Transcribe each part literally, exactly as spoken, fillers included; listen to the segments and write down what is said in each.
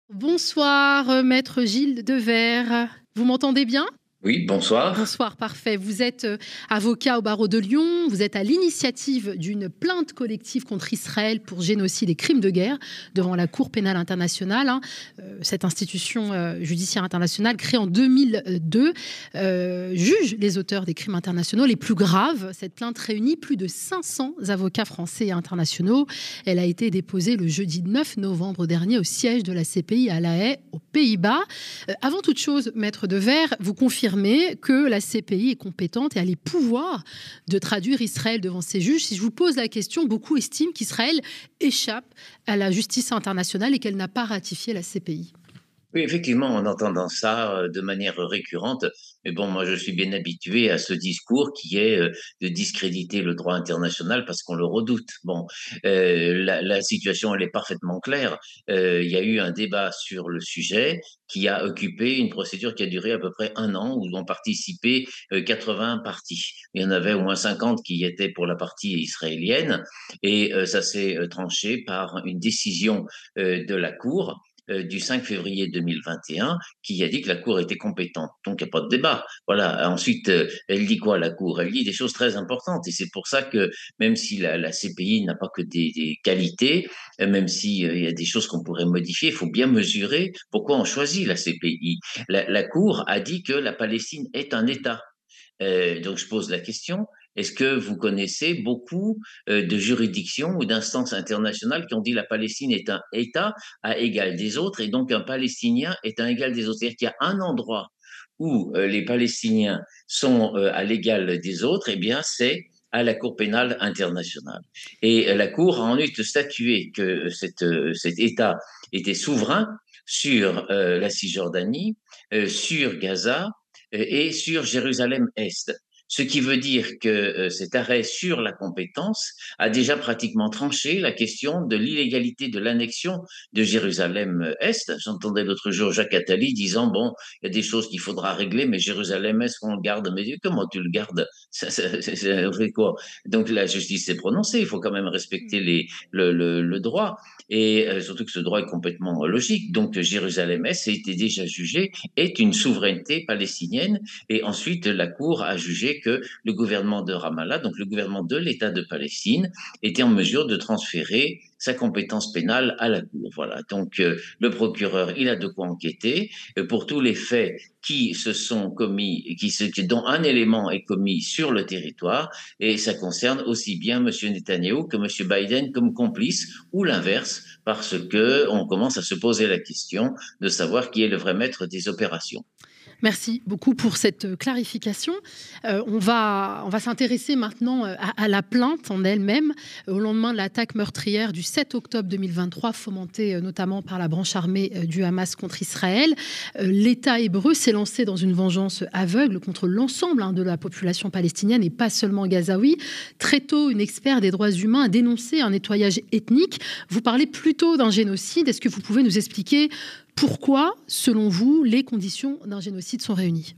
Bonsoir, heu, maître Gilles Devers. Vous m'entendez bien? Oui, bonsoir. Bonsoir, parfait. Vous êtes, heu, avocat au barreau de Lyon. Vous êtes à l'initiative d'une plainte collective contre Israël pour génocide et crimes de guerre devant la Cour pénale internationale, hein. Heu, cette institution, heu, judiciaire internationale créée en deux mille deux, heu, juge les auteurs des crimes internationaux les plus graves. Cette plainte réunit plus de cinq cents avocats français et internationaux. Elle a été déposée le jeudi neuf novembre dernier au siège de la C P I à La Haye, aux Pays-Bas. Euh, avant toute chose, maître Devers, vous confirmez que la C P I est compétente et a les pouvoirs de traduire Israël devant ses juges. Si je vous pose la question, beaucoup estiment qu'Israël échappe à la justice internationale et qu'elle n'a pas ratifié la C P I. Oui, effectivement, en entendant ça euh, de manière récurrente, mais bon, moi je suis bien habitué à ce discours qui est euh, de discréditer le droit international parce qu'on le redoute. Bon, euh, la, la situation elle est parfaitement claire. Euh, il y a eu un débat sur le sujet qui a occupé une procédure qui a duré à peu près un an où ont participé euh, quatre-vingts parties. Il y en avait au moins cinquante qui étaient pour la partie israélienne et euh, ça s'est euh, tranché par une décision euh, de la Cour euh, du cinq février deux mille vingt et un qui a dit que la Cour était compétente. Donc, il n'y a pas de débat. Voilà. Ensuite, euh, elle dit quoi, la Cour? Elle dit des choses très importantes. Et c'est pour ça que, même si la, la C P I n'a pas que des, des qualités, euh, même s'il euh, y a des choses qu'on pourrait modifier, il faut bien mesurer pourquoi on choisit la C P I. La, la Cour a dit que la Palestine est un État. Euh, donc, je pose la question, est-ce que vous connaissez beaucoup euh, de juridictions ou d'instances internationales qui ont dit la Palestine est un État à égal des autres et donc un Palestinien est un égal des autres? C'est-à-dire qu'il y a un endroit où euh, les Palestiniens sont euh, à l'égal des autres, eh bien, c'est à la Cour pénale internationale. Et euh, la Cour a ensuite statué que cette, euh, cet État était souverain sur euh, la Cisjordanie, euh, sur Gaza, et sur Jérusalem-Est. Ce qui veut dire que euh, cet arrêt sur la compétence a déjà pratiquement tranché la question de l'illégalité de l'annexion de Jérusalem-Est. J'entendais l'autre jour Jacques Attali disant, bon, il y a des choses qu'il faudra régler, mais Jérusalem-Est, on le garde. Mais comment tu le gardes? Ça, ça, ça, ça fait quoi? Donc la justice s'est prononcée, il faut quand même respecter les, le, le, le droit, et euh, surtout que ce droit est complètement logique. Donc Jérusalem-Est a été déjà jugé est une souveraineté palestinienne. Et ensuite, la Cour a jugé que le gouvernement de Ramallah, donc le gouvernement de l'État de Palestine, était en mesure de transférer sa compétence pénale à la Cour. Voilà. Donc, euh, le procureur, il a de quoi enquêter euh, pour tous les faits qui se sont commis, qui se, dont un élément est commis sur le territoire, et ça concerne aussi bien M. Netanyahou que M. Biden comme complice, ou l'inverse, parce que on commence à se poser la question de savoir qui est le vrai maître des opérations. Merci beaucoup pour cette clarification. Euh, on va, on va s'intéresser maintenant à, à la plainte en elle-même, euh, au lendemain de l'attaque meurtrière du sept octobre deux mille vingt-trois, fomentée euh, notamment par la branche armée euh, du Hamas contre Israël. Euh, L'État hébreu s'est lancé dans une vengeance aveugle contre l'ensemble hein, de la population palestinienne et pas seulement gazaoui. Très tôt, une experte des droits humains a dénoncé un nettoyage ethnique. Vous parlez plutôt d'un génocide. Est-ce que vous pouvez nous expliquer pourquoi, selon vous, les conditions d'un génocide sont réunies?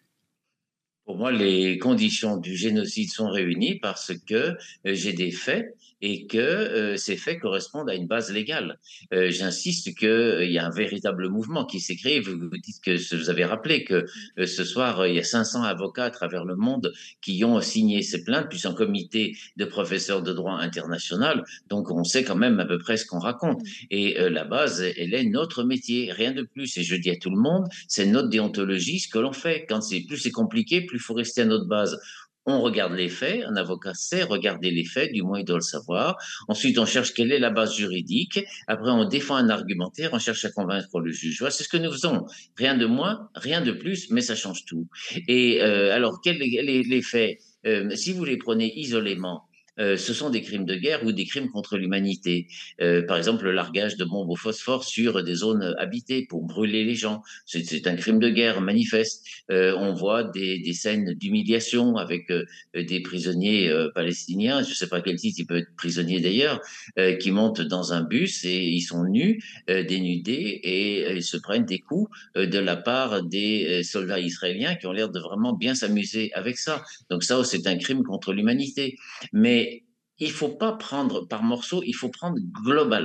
Pour moi, les conditions du génocide sont réunies parce que euh, j'ai des faits et que euh, ces faits correspondent à une base légale. Euh, J'insiste qu'il euh, y a un véritable mouvement qui s'est créé. Vous, vous dites que vous avez rappelé que euh, ce soir, euh, il y a cinq cents avocats à travers le monde qui ont signé ces plaintes, puis un comité de professeurs de droit international. Donc, on sait quand même à peu près ce qu'on raconte. Et euh, la base, elle est notre métier, rien de plus. Et je dis à tout le monde, c'est notre déontologie, ce que l'on fait. Quand c'est plus c'est compliqué, plus il faut rester à notre base. On regarde les faits, un avocat sait regarder les faits, du moins il doit le savoir. Ensuite, on cherche quelle est la base juridique. Après, on défend un argumentaire, on cherche à convaincre le juge. Voilà, c'est ce que nous faisons. Rien de moins, rien de plus, mais ça change tout. Et euh, alors, quels les, les faits euh, Si vous les prenez isolément, euh, ce sont des crimes de guerre ou des crimes contre l'humanité. Euh, par exemple, le largage de bombes au phosphore sur des zones habitées pour brûler les gens. C'est un crime de guerre manifeste. Euh, on voit des, des scènes d'humiliation avec euh, des prisonniers euh, palestiniens, je ne sais pas quel titre il peut être prisonnier d'ailleurs, euh, qui montent dans un bus et ils sont nus, euh, dénudés, et euh, ils se prennent des coups euh, de la part des euh, soldats israéliens qui ont l'air de vraiment bien s'amuser avec ça. Donc ça, c'est un crime contre l'humanité. Mais il ne faut pas prendre par morceaux, il faut prendre globalement.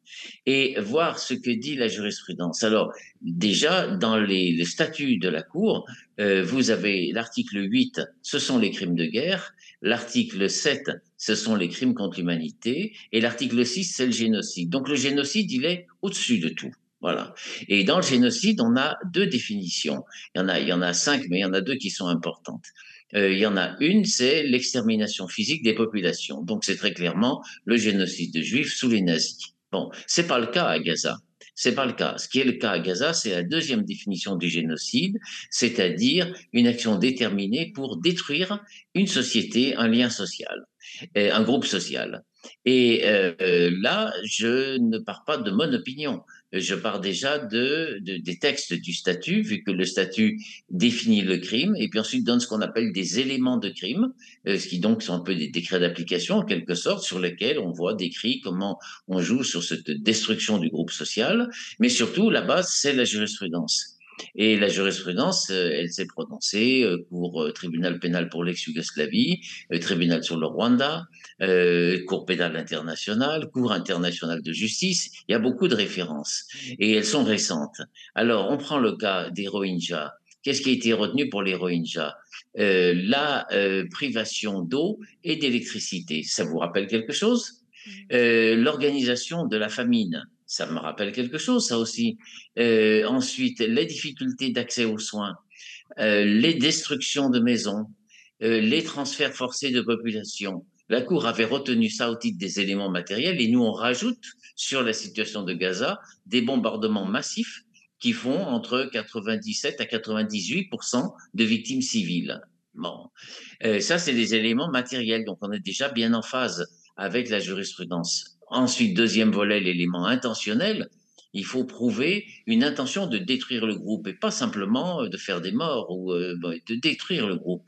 et voir ce que dit la jurisprudence. Alors, déjà, dans les, les statuts de la Cour, euh, vous avez l'article huit, ce sont les crimes de guerre, l'article sept, ce sont les crimes contre l'humanité, et l'article six, c'est le génocide. Donc le génocide, il est au-dessus de tout. Voilà. Et dans le génocide, on a deux définitions. Il y en a, il y en a cinq, mais il y en a deux qui sont importantes. Euh, il y en a une, c'est l'extermination physique des populations. Donc c'est très clairement le génocide de juifs sous les nazis. Bon, c'est pas le cas à Gaza. C'est pas le cas. Ce qui est le cas à Gaza, c'est la deuxième définition du génocide, c'est-à-dire une action déterminée pour détruire une société, un lien social, un groupe social. Et euh, là, je ne pars pas de mon opinion. Je pars déjà de, de, des textes du statut, vu que le statut définit le crime, et puis ensuite donne ce qu'on appelle des éléments de crime, euh, ce qui donc sont un peu des décrets d'application, en quelque sorte, sur lesquels on voit décrit comment on joue sur cette destruction du groupe social. Mais surtout, la base, c'est la jurisprudence. Et la jurisprudence, elle s'est prononcée pour euh, tribunal pénal pour l'ex-Yougoslavie, euh, tribunal sur le Rwanda, euh, cour pénale internationale, cour internationale de justice. Il y a beaucoup de références et elles sont récentes. Alors, on prend le cas des Rohingyas. Qu'est-ce qui a été retenu pour les Rohingyas? euh, La euh, privation d'eau et d'électricité. Ça vous rappelle quelque chose? euh, L'organisation de la famine. Ça me rappelle quelque chose, ça aussi. Euh, ensuite, les difficultés d'accès aux soins, euh, les destructions de maisons, euh, les transferts forcés de population. La Cour avait retenu ça au titre des éléments matériels et nous, on rajoute sur la situation de Gaza des bombardements massifs qui font entre quatre-vingt-dix-sept à quatre-vingt-dix-huit pour cent de victimes civiles. Bon, euh, ça, c'est des éléments matériels, donc on est déjà bien en phase avec la jurisprudence. Ensuite, deuxième volet, l'élément intentionnel. Il faut prouver une intention de détruire le groupe et pas simplement de faire des morts ou euh, de détruire le groupe.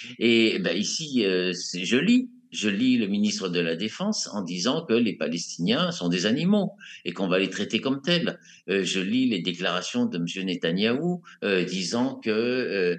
Et ben, ici, euh, je lis, je lis le ministre de la Défense en disant que les Palestiniens sont des animaux et qu'on va les traiter comme tels. Euh, je lis les déclarations de M. Netanyahou euh, disant que euh,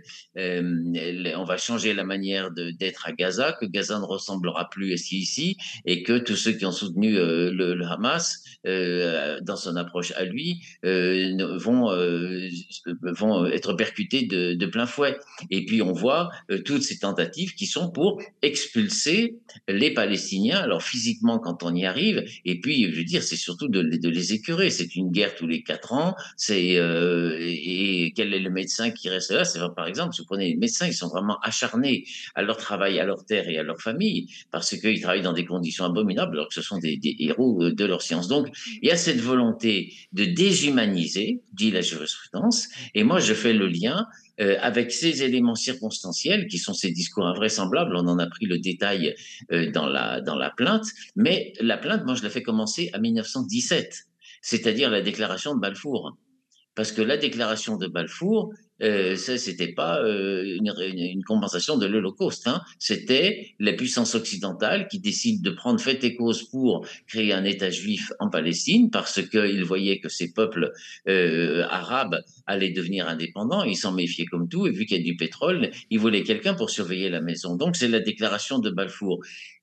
euh, on va changer la manière d'être à Gaza, que Gaza ne ressemblera plus ici, ici, et que tous ceux qui ont soutenu euh, le, le Hamas euh, dans son approche à lui euh, vont, euh, vont être percutés de, de plein fouet. Et puis on voit euh, toutes ces tentatives qui sont pour expulser les Palestiniens, alors physiquement quand on y arrive, et puis je veux dire c'est surtout de, de les écœurer. C'est une guerre tous les quatre ans. C'est euh, et, et quel est le médecin qui reste là? C'est par exemple, si vous prenez les médecins, ils sont vraiment acharnés à leur travail, à leur terre et à leur famille, parce qu'ils travaillent dans des conditions abominables, alors que ce sont des, des héros de leur science. Donc il y a cette volonté de déshumaniser, dit la jurisprudence, et moi je fais le lien euh, avec ces éléments circonstanciels qui sont ces discours invraisemblables. On en a pris le détail euh, dans la dans la plainte, mais la plainte, moi je l'ai fait commencer à mille neuf cent dix-sept, c'est-à-dire la déclaration de Balfour. Parce que la déclaration de Balfour, euh, ça, c'était pas euh, une, une, une compensation de l'Holocauste, hein. C'était la puissance occidentale qui décide de prendre fait et cause pour créer un État juif en Palestine, parce qu'ils voyaient que ces peuples euh, arabes allaient devenir indépendants, ils s'en méfiaient comme tout, et vu qu'il y a du pétrole, ils voulaient quelqu'un pour surveiller la maison. Donc c'est la déclaration de Balfour.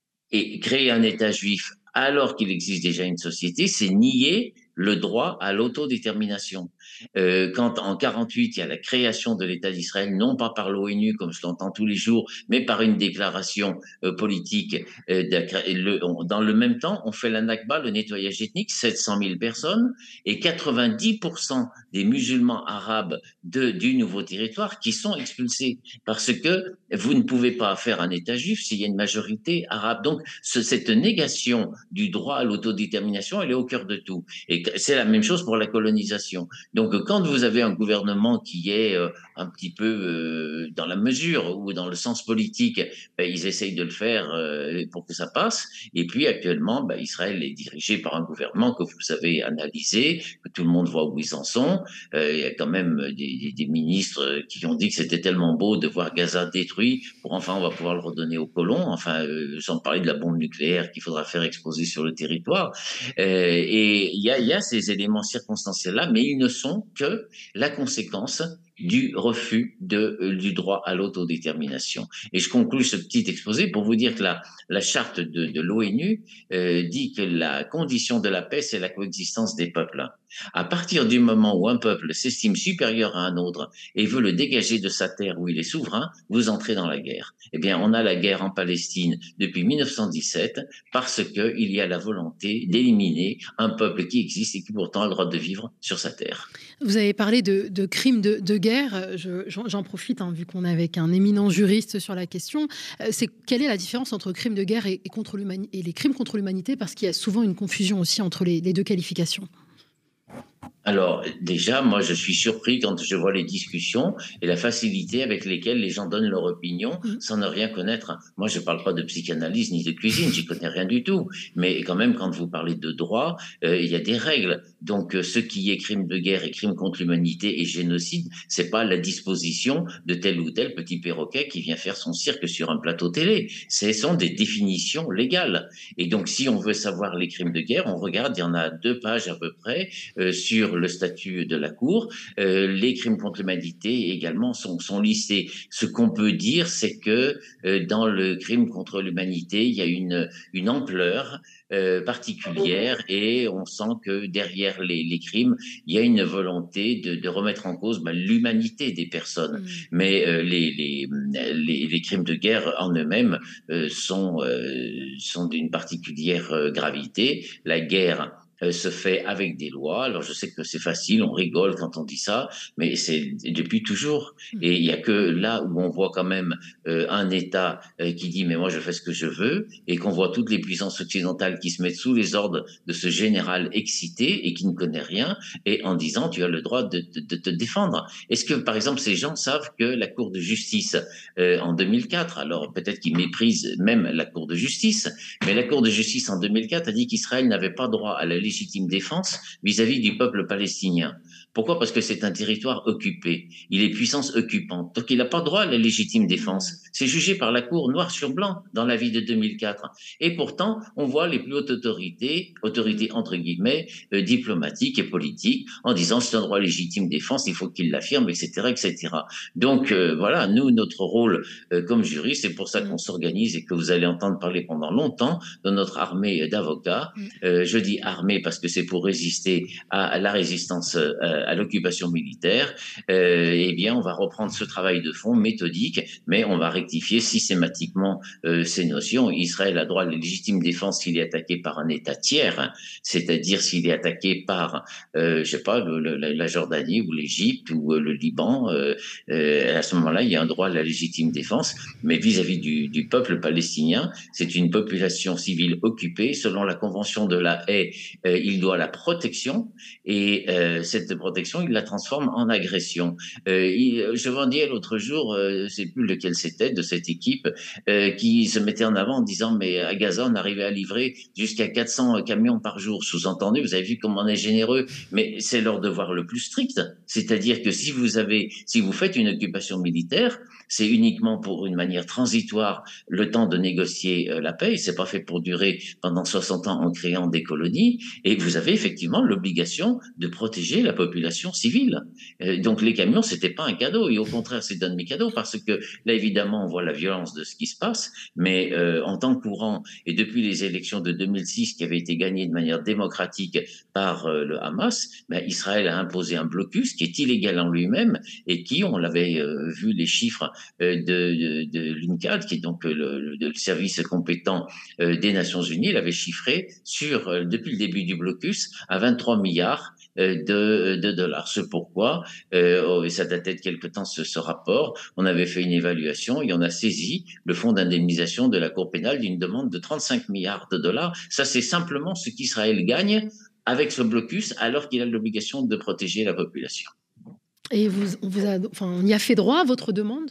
Et créer un État juif alors qu'il existe déjà une société, c'est nier le droit à l'autodétermination. Euh, quand en quarante-huit, il y a la création de l'État d'Israël, non pas par l'ONU, comme je l'entends tous les jours, mais par une déclaration euh, politique. Euh, le, on, dans le même temps, on fait la Nakba, le nettoyage ethnique, sept cent mille personnes, et quatre-vingt-dix pour cent des musulmans arabes de, du nouveau territoire qui sont expulsés. Parce que vous ne pouvez pas faire un État juif s'il y a une majorité arabe. Donc, ce, cette négation du droit à l'autodétermination, elle est au cœur de tout. Et c'est la même chose pour la colonisation. Donc, quand vous avez un gouvernement qui est euh, un petit peu euh, dans la mesure ou dans le sens politique, ben, ils essayent de le faire euh, pour que ça passe. Et puis, actuellement, ben, Israël est dirigé par un gouvernement que vous avez analysé, que tout le monde voit où ils en sont. Euh, il y a quand même des, des, des ministres qui ont dit que c'était tellement beau de voir Gaza détruit, pour enfin, on va pouvoir le redonner aux colons. Enfin, euh, sans parler de la bombe nucléaire qu'il faudra faire exploser sur le territoire. Euh, et il y a, y a ces éléments circonstanciels-là, mais ils ne sont que la conséquence du refus de, euh, du droit à l'autodétermination. Et je conclue ce petit exposé pour vous dire que la, la charte de, de l'ONU euh, dit que la condition de la paix, c'est la coexistence des peuples. À partir du moment où un peuple s'estime supérieur à un autre et veut le dégager de sa terre où il est souverain, vous entrez dans la guerre. Eh bien, on a la guerre en Palestine depuis mille neuf cent dix-sept parce qu'il y a la volonté d'éliminer un peuple qui existe et qui pourtant a le droit de vivre sur sa terre. Vous avez parlé de, de crimes de, de guerre. Je, j'en, j'en profite, hein, vu qu'on est avec un éminent juriste sur la question. Euh, c'est, quelle est la différence entre crimes de guerre et, et, contre et les crimes contre l'humanité? Parce qu'il y a souvent une confusion aussi entre les, les deux qualifications. Alors, déjà, moi, je suis surpris quand je vois les discussions et la facilité avec lesquelles les gens donnent leur opinion sans ne rien connaître. Moi, je ne parle pas de psychanalyse ni de cuisine, j'y connais rien du tout. Mais quand même, quand vous parlez de droit, euh, il y a des règles. Donc, euh, ce qui est crime de guerre et crime contre l'humanité et génocide, c'est pas la disposition de tel ou tel petit perroquet qui vient faire son cirque sur un plateau télé. Ce sont des définitions légales. Et donc, si on veut savoir les crimes de guerre, on regarde, il y en a deux pages à peu près euh, sur le statut de la Cour. Euh, les crimes contre l'humanité également sont, sont listés. Ce qu'on peut dire, c'est que euh, dans le crime contre l'humanité, il y a une, une ampleur euh, particulière et on sent que derrière les, les crimes, il y a une volonté de, de remettre en cause bah, l'humanité des personnes. Mmh. Mais euh, les, les, les, les crimes de guerre en eux-mêmes euh, sont, euh, sont d'une particulière euh, gravité. La guerre se fait avec des lois. Alors, je sais que c'est facile, on rigole quand on dit ça, mais c'est depuis toujours. Et il y a que là où on voit quand même euh, un État euh, qui dit « mais moi, je fais ce que je veux » et qu'on voit toutes les puissances occidentales qui se mettent sous les ordres de ce général excité et qui ne connaît rien et en disant « tu as le droit de, de, de te défendre ». Est-ce que, par exemple, ces gens savent que la Cour de justice euh, en deux mille quatre, alors peut-être qu'ils méprisent même la Cour de justice, mais la Cour de justice en deux mille quatre a dit qu'Israël n'avait pas droit à la légitime défense vis-à-vis du peuple palestinien. Pourquoi? Parce que c'est un territoire occupé. Il est puissance occupante. Donc, il n'a pas droit à la légitime défense. C'est jugé par la Cour noir sur blanc dans l'avis de deux mille quatre. Et pourtant, on voit les plus hautes autorités, autorités entre guillemets, euh, diplomatiques et politiques, en disant c'est un droit légitime défense, il faut qu'il l'affirme, et cetera, et cetera. Donc, euh, voilà, nous, notre rôle euh, comme jury, c'est pour ça qu'on s'organise et que vous allez entendre parler pendant longtemps de notre armée d'avocats. Euh, je dis armée parce que c'est pour résister à, à la résistance euh, à l'occupation militaire, euh, eh bien, on va reprendre ce travail de fond méthodique, mais on va rectifier systématiquement euh, ces notions. Israël a droit à la légitime défense s'il est attaqué par un État tiers, hein, c'est-à-dire s'il est attaqué par, euh, je sais pas, le, le, la Jordanie ou l'Égypte ou euh, le Liban. Euh, euh, à ce moment-là, il y a un droit à la légitime défense, mais vis-à-vis du, du peuple palestinien, c'est une population civile occupée. Selon la Convention de la Haye, euh, il doit la protection et euh, cette protection, il la transforme en agression. Euh, il, je vous en disais l'autre jour, euh, je ne sais plus lequel c'était de cette équipe, euh, qui se mettait en avant en disant mais à Gaza, on arrivait à livrer jusqu'à quatre cents camions par jour. Sous-entendu, vous avez vu comment on est généreux, mais c'est leur devoir le plus strict. C'est-à-dire que si vous avez, si vous faites une occupation militaire, c'est uniquement pour une manière transitoire le temps de négocier euh, la paix. C'est pas fait pour durer pendant soixante ans en créant des colonies. Et vous avez effectivement l'obligation de protéger la population civile. Euh, donc les camions, c'était pas un cadeau. Et au contraire, c'est un de mes cadeaux parce que là, évidemment, on voit la violence de ce qui se passe. Mais euh, en temps courant et depuis les élections de deux mille six qui avaient été gagnées de manière démocratique par euh, le Hamas, ben, Israël a imposé un blocus qui est illégal en lui-même et qui, on l'avait euh, vu les chiffres euh, de, de, de l'UNCAD, qui est donc euh, le, le service compétent euh, des Nations Unies, il avait chiffré sur, euh, depuis le début du blocus à vingt-trois milliards euh, de, de dollars. C'est pourquoi, euh, oh, et ça datait de quelque temps ce, ce rapport, on avait fait une évaluation et on a saisi le fonds d'indemnisation de la Cour pénale d'une demande de trente-cinq milliards de dollars. Ça, c'est simplement ce qu'Israël gagne avec ce blocus alors qu'il a l'obligation de protéger la population. Et vous, on, vous a, enfin, on y a fait droit à votre demande?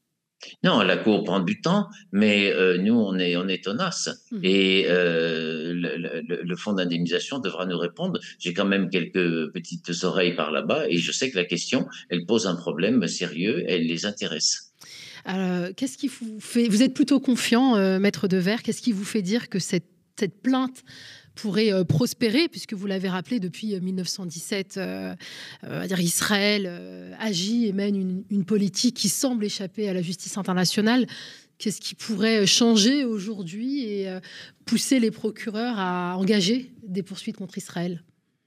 Non, la Cour prend du temps, mais euh, nous, on est, on est tenace. Mmh. Et euh, le, le, le fonds d'indemnisation devra nous répondre. J'ai quand même quelques petites oreilles par là-bas et je sais que la question, elle pose un problème sérieux, elle les intéresse. Alors, qu'est-ce qui vous fait... Vous êtes plutôt confiant, euh, maître Devers, qu'est-ce qui vous fait dire que cette, cette plainte pourrait euh, prospérer, puisque vous l'avez rappelé, depuis euh, mille neuf cent dix-sept, euh, euh, dire Israël euh, agit et mène une, une politique qui semble échapper à la justice internationale. Qu'est-ce qui pourrait changer aujourd'hui et euh, pousser les procureurs à engager des poursuites contre Israël?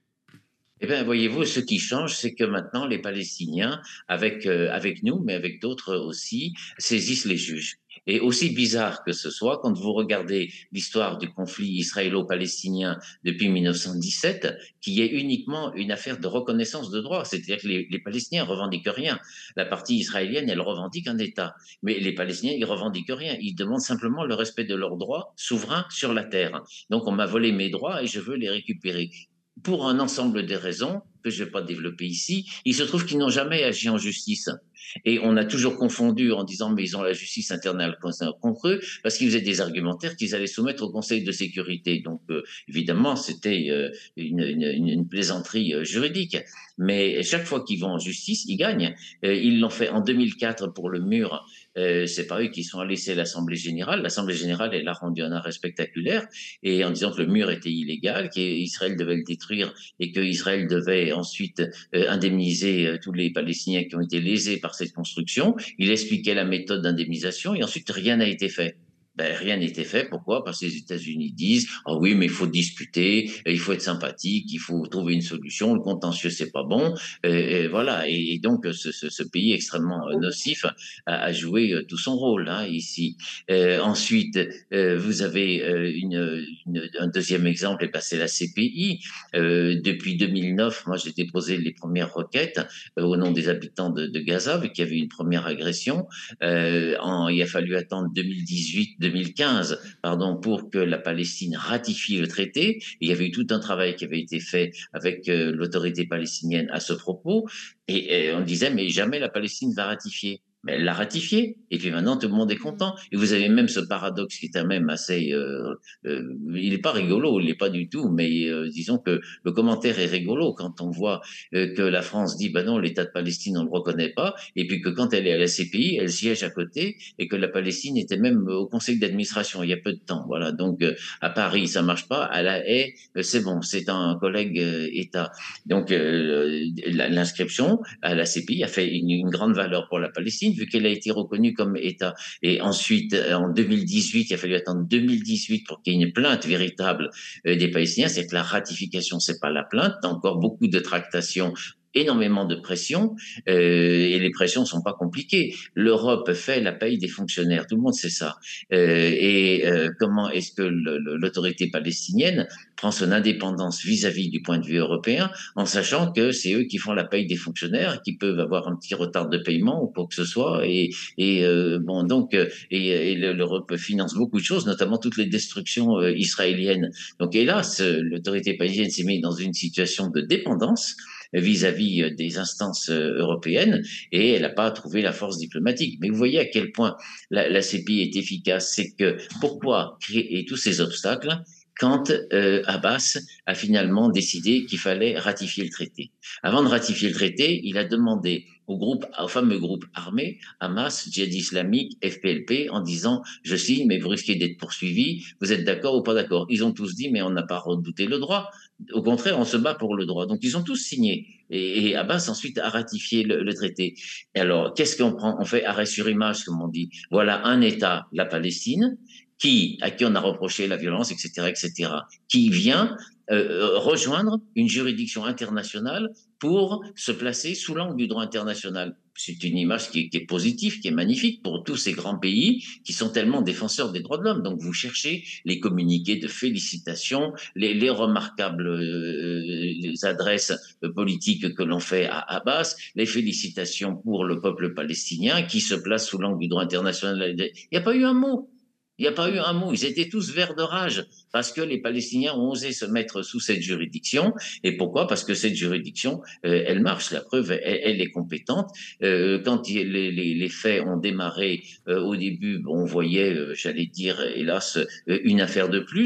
Eh bien, voyez-vous, ce qui change, c'est que maintenant, les Palestiniens, avec, euh, avec nous, mais avec d'autres aussi, saisissent les juges. Et aussi bizarre que ce soit, quand vous regardez l'histoire du conflit israélo-palestinien depuis mille neuf cent dix-sept, qui est uniquement une affaire de reconnaissance de droit, c'est-à-dire que les, les Palestiniens revendiquent rien. La partie israélienne, elle revendique un État. Mais les Palestiniens, ils revendiquent rien. Ils demandent simplement le respect de leurs droits souverains sur la terre. Donc, on m'a volé mes droits et je veux les récupérer pour un ensemble de raisons que je ne vais pas développer ici. Il se trouve qu'ils n'ont jamais agi en justice. Et on a toujours confondu en disant mais ils ont la justice internationale contre eux parce qu'ils faisaient des argumentaires qu'ils allaient soumettre au Conseil de sécurité. Donc euh, évidemment c'était euh, une, une, une, plaisanterie euh, juridique. Mais chaque fois qu'ils vont en justice, ils gagnent. Euh, ils l'ont fait en deux mille quatre pour le mur. Euh, c'est pas eux qui sont allés, c'est l'Assemblée générale. L'Assemblée générale, elle a rendu un arrêt spectaculaire et en disant que le mur était illégal, qu'Israël devait le détruire et qu'Israël devait ensuite euh, indemniser euh, tous les Palestiniens qui ont été lésés par cette construction. Il expliquait la méthode d'indemnisation et ensuite rien n'a été fait. Ben, rien n'était fait. Pourquoi? Parce que les États-Unis disent ah oui, mais il faut discuter, il faut être sympathique, il faut trouver une solution. Le contentieux c'est pas bon, et, et voilà. Et, et donc ce, ce, ce pays extrêmement nocif a, a joué tout son rôle hein, ici. Euh, ensuite, euh, vous avez euh, une, une, un deuxième exemple, et ben, c'est la C P I. Euh, depuis deux mille neuf, moi j'ai déposé les premières requêtes euh, au nom des habitants de, de Gaza, vu qu'il y avait une première agression. Euh, en, il a fallu attendre deux mille dix-huit deux mille quinze, pardon, pour que la Palestine ratifie le traité. Il y avait eu tout un travail qui avait été fait avec euh, l'autorité palestinienne à ce propos. Et, et on disait, mais jamais la Palestine va ratifier. Mais elle l'a ratifié, et puis maintenant tout le monde est content. Et vous avez même ce paradoxe qui est même assez, euh, euh, il n'est pas rigolo, il n'est pas du tout, mais euh, disons que le commentaire est rigolo quand on voit euh, que la France dit, ben non, l'État de Palestine on le reconnaît pas, et puis que quand elle est à la C P I, elle siège à côté, et que la Palestine était même au conseil d'administration il y a peu de temps. Voilà, donc euh, à Paris ça marche pas, à La Haye euh, c'est bon, c'est un collègue euh, État. Donc euh, l'inscription à la C P I a fait une, une grande valeur pour la Palestine vu qu'elle a été reconnue comme État. Et ensuite, en deux mille dix-huit, il a fallu attendre deux mille dix-huit pour qu'il y ait une plainte véritable euh, des Palestiniens. C'est que la ratification, c'est pas la plainte. Il y a encore beaucoup de tractations, énormément de pression euh, et les pressions sont pas compliquées. L'Europe fait la paye des fonctionnaires, tout le monde sait ça. Euh, et euh, comment est-ce que l'autorité palestinienne prend son indépendance vis-à-vis du point de vue européen en sachant que c'est eux qui font la paye des fonctionnaires, qui peuvent avoir un petit retard de paiement ou quoi que ce soit. Et, et euh, bon donc et, et l'Europe finance beaucoup de choses, notamment toutes les destructions euh, israéliennes. Donc hélas, l'autorité palestinienne s'est mise dans une situation de dépendance vis-à-vis des instances européennes et elle n'a pas trouvé la force diplomatique. Mais vous voyez à quel point la, la C P I est efficace, c'est que pourquoi créer tous ces obstacles quand euh, Abbas a finalement décidé qu'il fallait ratifier le traité. Avant de ratifier le traité, il a demandé au groupe, au fameux groupe armé, Hamas, Djihad islamique, F P L P, en disant « je signe, mais vous risquez d'être poursuivis, vous êtes d'accord ou pas d'accord ?» Ils ont tous dit « mais on n'a pas redouté le droit, au contraire, on se bat pour le droit. » Donc ils ont tous signé. Et, et Abbas ensuite a ratifié le, le traité. Et alors, qu'est-ce qu'on prend? On fait arrêt sur image, comme on dit. Voilà un État, la Palestine, qui, à qui on a reproché la violence, et cetera, et cetera, qui vient euh, rejoindre une juridiction internationale pour se placer sous l'angle du droit international. C'est une image qui est, qui est positive, qui est magnifique pour tous ces grands pays qui sont tellement défenseurs des droits de l'homme. Donc vous cherchez les communiqués de félicitations, les, les remarquables euh, les adresses politiques que l'on fait à Abbas, les félicitations pour le peuple palestinien qui se place sous l'angle du droit international. Il n'y a pas eu un mot. Il n'y a pas eu un mot. Ils étaient tous verts de rage parce que les Palestiniens ont osé se mettre sous cette juridiction. Et pourquoi? Parce que cette juridiction, euh, elle marche. La preuve, elle, elle est compétente. Euh, quand il, les, les, les faits ont démarré euh, au début, on voyait, euh, j'allais dire, hélas, euh, une affaire de plus.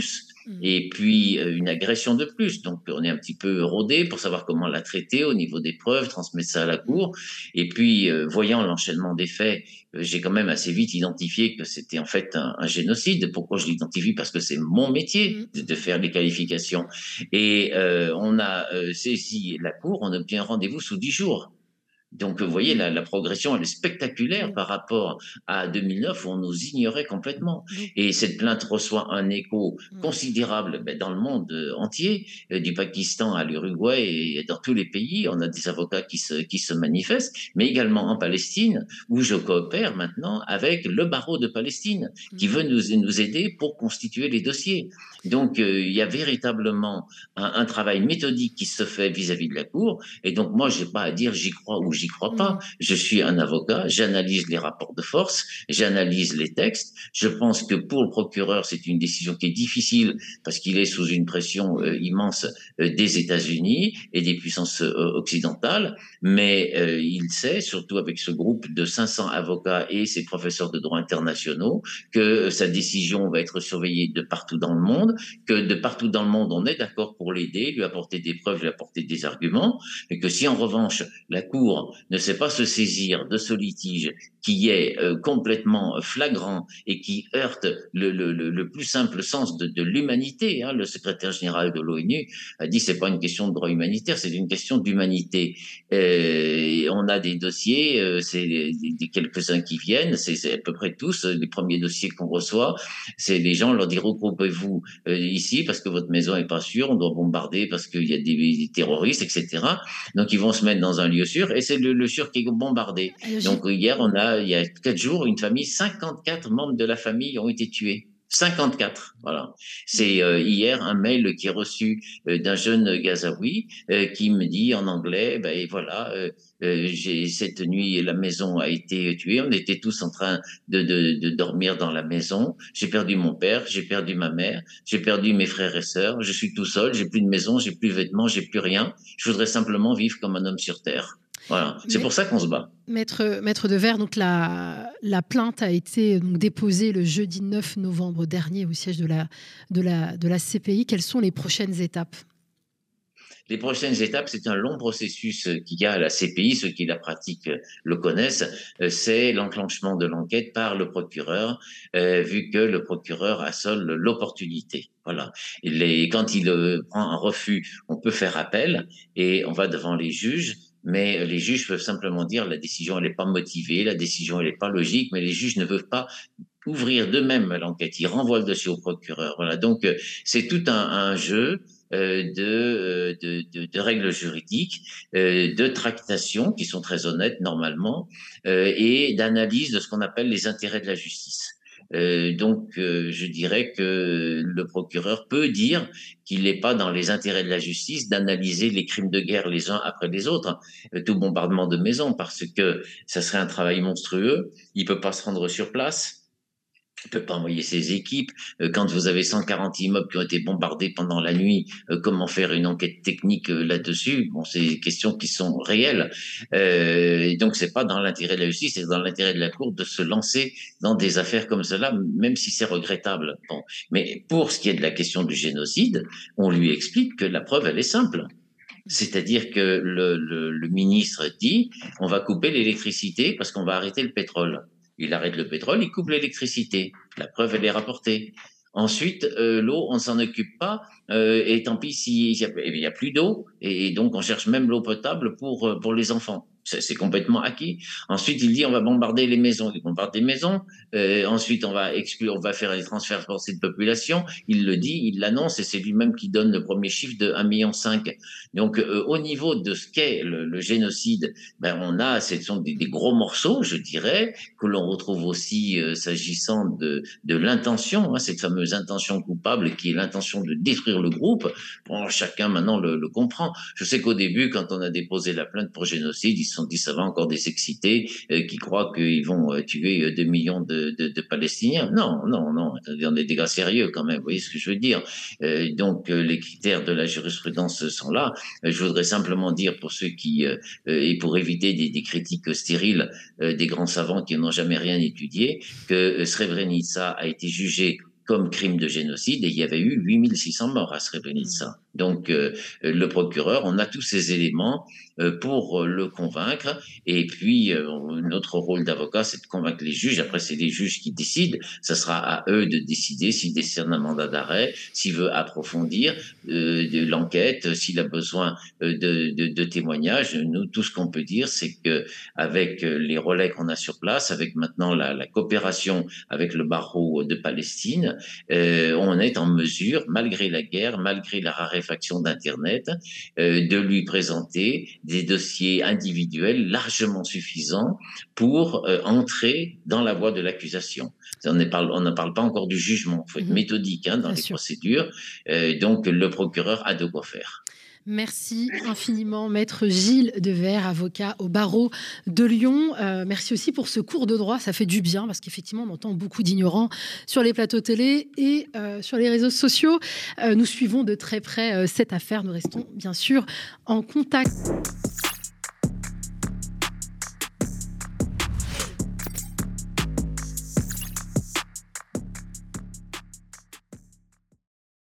et puis euh, une agression de plus. Donc on est un petit peu rodé pour savoir comment la traiter au niveau des preuves, transmettre ça à la cour. Et puis euh, voyant l'enchaînement des faits, euh, j'ai quand même assez vite identifié que c'était en fait un, un génocide. Pourquoi je l'identifie? Parce que c'est mon métier de, de faire les qualifications. Et euh, on a euh, saisi la cour, on obtient un rendez-vous sous dix jours. Donc, vous voyez, la, la progression, elle est spectaculaire par rapport à deux mille neuf où on nous ignorait complètement. Et cette plainte reçoit un écho considérable ben, dans le monde entier, euh, du Pakistan à l'Uruguay et dans tous les pays. On a des avocats qui se, qui se manifestent, mais également en Palestine, où je coopère maintenant avec le barreau de Palestine, qui veut nous, nous aider pour constituer les dossiers. Donc, euh, il y a véritablement un, un travail méthodique qui se fait vis-à-vis de la Cour. Et donc, moi, j'ai pas à dire j'y crois ou j'y crois pas. Je suis un avocat, j'analyse les rapports de force, j'analyse les textes. Je pense que pour le procureur, c'est une décision qui est difficile parce qu'il est sous une pression euh, immense euh, des États-Unis et des puissances euh, occidentales. Mais euh, il sait, surtout avec ce groupe de cinq cents avocats et ses professeurs de droit internationaux, que euh, sa décision va être surveillée de partout dans le monde, que de partout dans le monde, on est d'accord pour l'aider, lui apporter des preuves, lui apporter des arguments, et que si en revanche la Cour ne sait pas se saisir de ce litige qui est euh, complètement flagrant et qui heurte le, le, le, le plus simple sens de, de l'humanité, hein, le secrétaire général de l'ONU a dit c'est pas une question de droit humanitaire, c'est une question d'humanité. Euh, on a des dossiers, euh, c'est des, des quelques-uns qui viennent, c'est à peu près tous les premiers dossiers qu'on reçoit, c'est les gens leur dire regroupez-vous euh, ici parce que votre maison est pas sûre, on doit bombarder parce qu'il y a des, des terroristes, et cetera. Donc ils vont se mettre dans un lieu sûr et c'est le, le sûr qui est bombardé. Donc hier, on a, il y a quatre jours, une famille, cinquante-quatre membres de la famille ont été tués. cinquante-quatre, voilà. C'est euh, hier un mail qui est reçu euh, d'un jeune Gazaoui euh, qui me dit en anglais, ben et voilà, euh, euh, j'ai cette nuit la maison a été tuée, on était tous en train de, de, de dormir dans la maison. J'ai perdu mon père, j'ai perdu ma mère, j'ai perdu mes frères et sœurs, je suis tout seul, j'ai plus de maison, j'ai plus de vêtements, j'ai plus rien. Je voudrais simplement vivre comme un homme sur terre. Voilà, c'est pour ça qu'on se bat. Maître, Maître Devers, donc la, la plainte a été donc déposée le jeudi neuf novembre dernier au siège de la, de, la, de la C P I. Quelles sont les prochaines étapes? Les prochaines étapes, c'est un long processus qu'il y a à la C P I, ceux qui la pratiquent le connaissent, c'est l'enclenchement de l'enquête par le procureur, euh, vu que le procureur a seul l'opportunité. Voilà. Les, quand il euh, prend un refus, on peut faire appel et on va devant les juges. Mais les juges peuvent simplement dire la décision elle n'est pas motivée, la décision elle n'est pas logique, mais les juges ne veulent pas ouvrir d'eux-mêmes l'enquête, ils renvoient le dossier au procureur. Voilà, donc c'est tout un, un jeu euh, de, de, de, de règles juridiques, euh, de tractations qui sont très honnêtes normalement, euh, et d'analyse de ce qu'on appelle les intérêts de la justice. Euh, donc, euh, je dirais que le procureur peut dire qu'il n'est pas dans les intérêts de la justice d'analyser les crimes de guerre les uns après les autres, euh, tout bombardement de maisons, parce que ça serait un travail monstrueux. Il peut pas se rendre sur place. Il peut pas envoyer ses équipes. Quand vous avez cent quarante immeubles qui ont été bombardés pendant la nuit, comment faire une enquête technique là-dessus? Bon, c'est des questions qui sont réelles. Euh, et donc, c'est pas dans l'intérêt de la justice, c'est dans l'intérêt de la Cour de se lancer dans des affaires comme cela, même si c'est regrettable. Bon. Mais pour ce qui est de la question du génocide, on lui explique que la preuve, elle est simple. C'est-à-dire que le, le, le ministre dit, on va couper l'électricité parce qu'on va arrêter le pétrole. Il arrête le pétrole, il coupe l'électricité. La preuve, elle est rapportée. Ensuite, euh, l'eau, on ne s'en occupe pas, euh, et tant pis s'il n'y a, a plus d'eau, et, et donc on cherche même l'eau potable pour, pour les enfants. C'est complètement acquis. Ensuite, il dit on va bombarder les maisons. Il bombarde des maisons. Euh, ensuite, on va exclure, on va faire des transferts forcés de population. Il le dit, il l'annonce, et c'est lui-même qui donne le premier chiffre de un virgule cinq million. Donc, euh, au niveau de ce qu'est le, le génocide, ben on a, ce sont des, des gros morceaux, je dirais, que l'on retrouve aussi euh, s'agissant de, de l'intention, hein, cette fameuse intention coupable qui est l'intention de détruire le groupe. Bon, chacun maintenant le, le comprend. Je sais qu'au début, quand on a déposé la plainte pour génocide, ils se sont dit ça va encore des excités euh, qui croient qu'ils vont euh, tuer euh, deux millions de, de, de Palestiniens. Non, non, non, on est des gars sérieux quand même, vous voyez ce que je veux dire. Euh, donc euh, les critères de la jurisprudence sont là. Euh, je voudrais simplement dire pour ceux qui, euh, et pour éviter des, des critiques stériles euh, des grands savants qui n'ont jamais rien étudié, que euh, Srebrenica a été jugé comme crime de génocide et il y avait eu huit mille six cents morts à Srebrenica. Mmh. Donc, euh, le procureur, on a tous ces éléments euh, pour le convaincre. Et puis, euh, notre rôle d'avocat, c'est de convaincre les juges. Après, c'est les juges qui décident. Ça sera à eux de décider s'ils décernent un mandat d'arrêt, s'il veut approfondir euh, de l'enquête, s'il a besoin euh, de, de, de témoignages. Nous, tout ce qu'on peut dire, c'est que avec les relais qu'on a sur place, avec maintenant la, la coopération avec le barreau de Palestine, euh, on est en mesure, malgré la guerre, malgré la raréfaction d'Internet, euh, de lui présenter des dossiers individuels largement suffisants pour euh, entrer dans la voie de l'accusation. On ne parle, on ne parle pas encore du jugement, il faut être mmh. méthodique hein, dans Bien les sûr. procédures, euh, donc le procureur a de quoi faire. Merci infiniment, Maître Gilles Devers, avocat au barreau de Lyon. Euh, merci aussi pour ce cours de droit, ça fait du bien parce qu'effectivement, on entend beaucoup d'ignorants sur les plateaux télé et euh, sur les réseaux sociaux. Euh, nous suivons de très près euh, cette affaire, nous restons bien sûr en contact.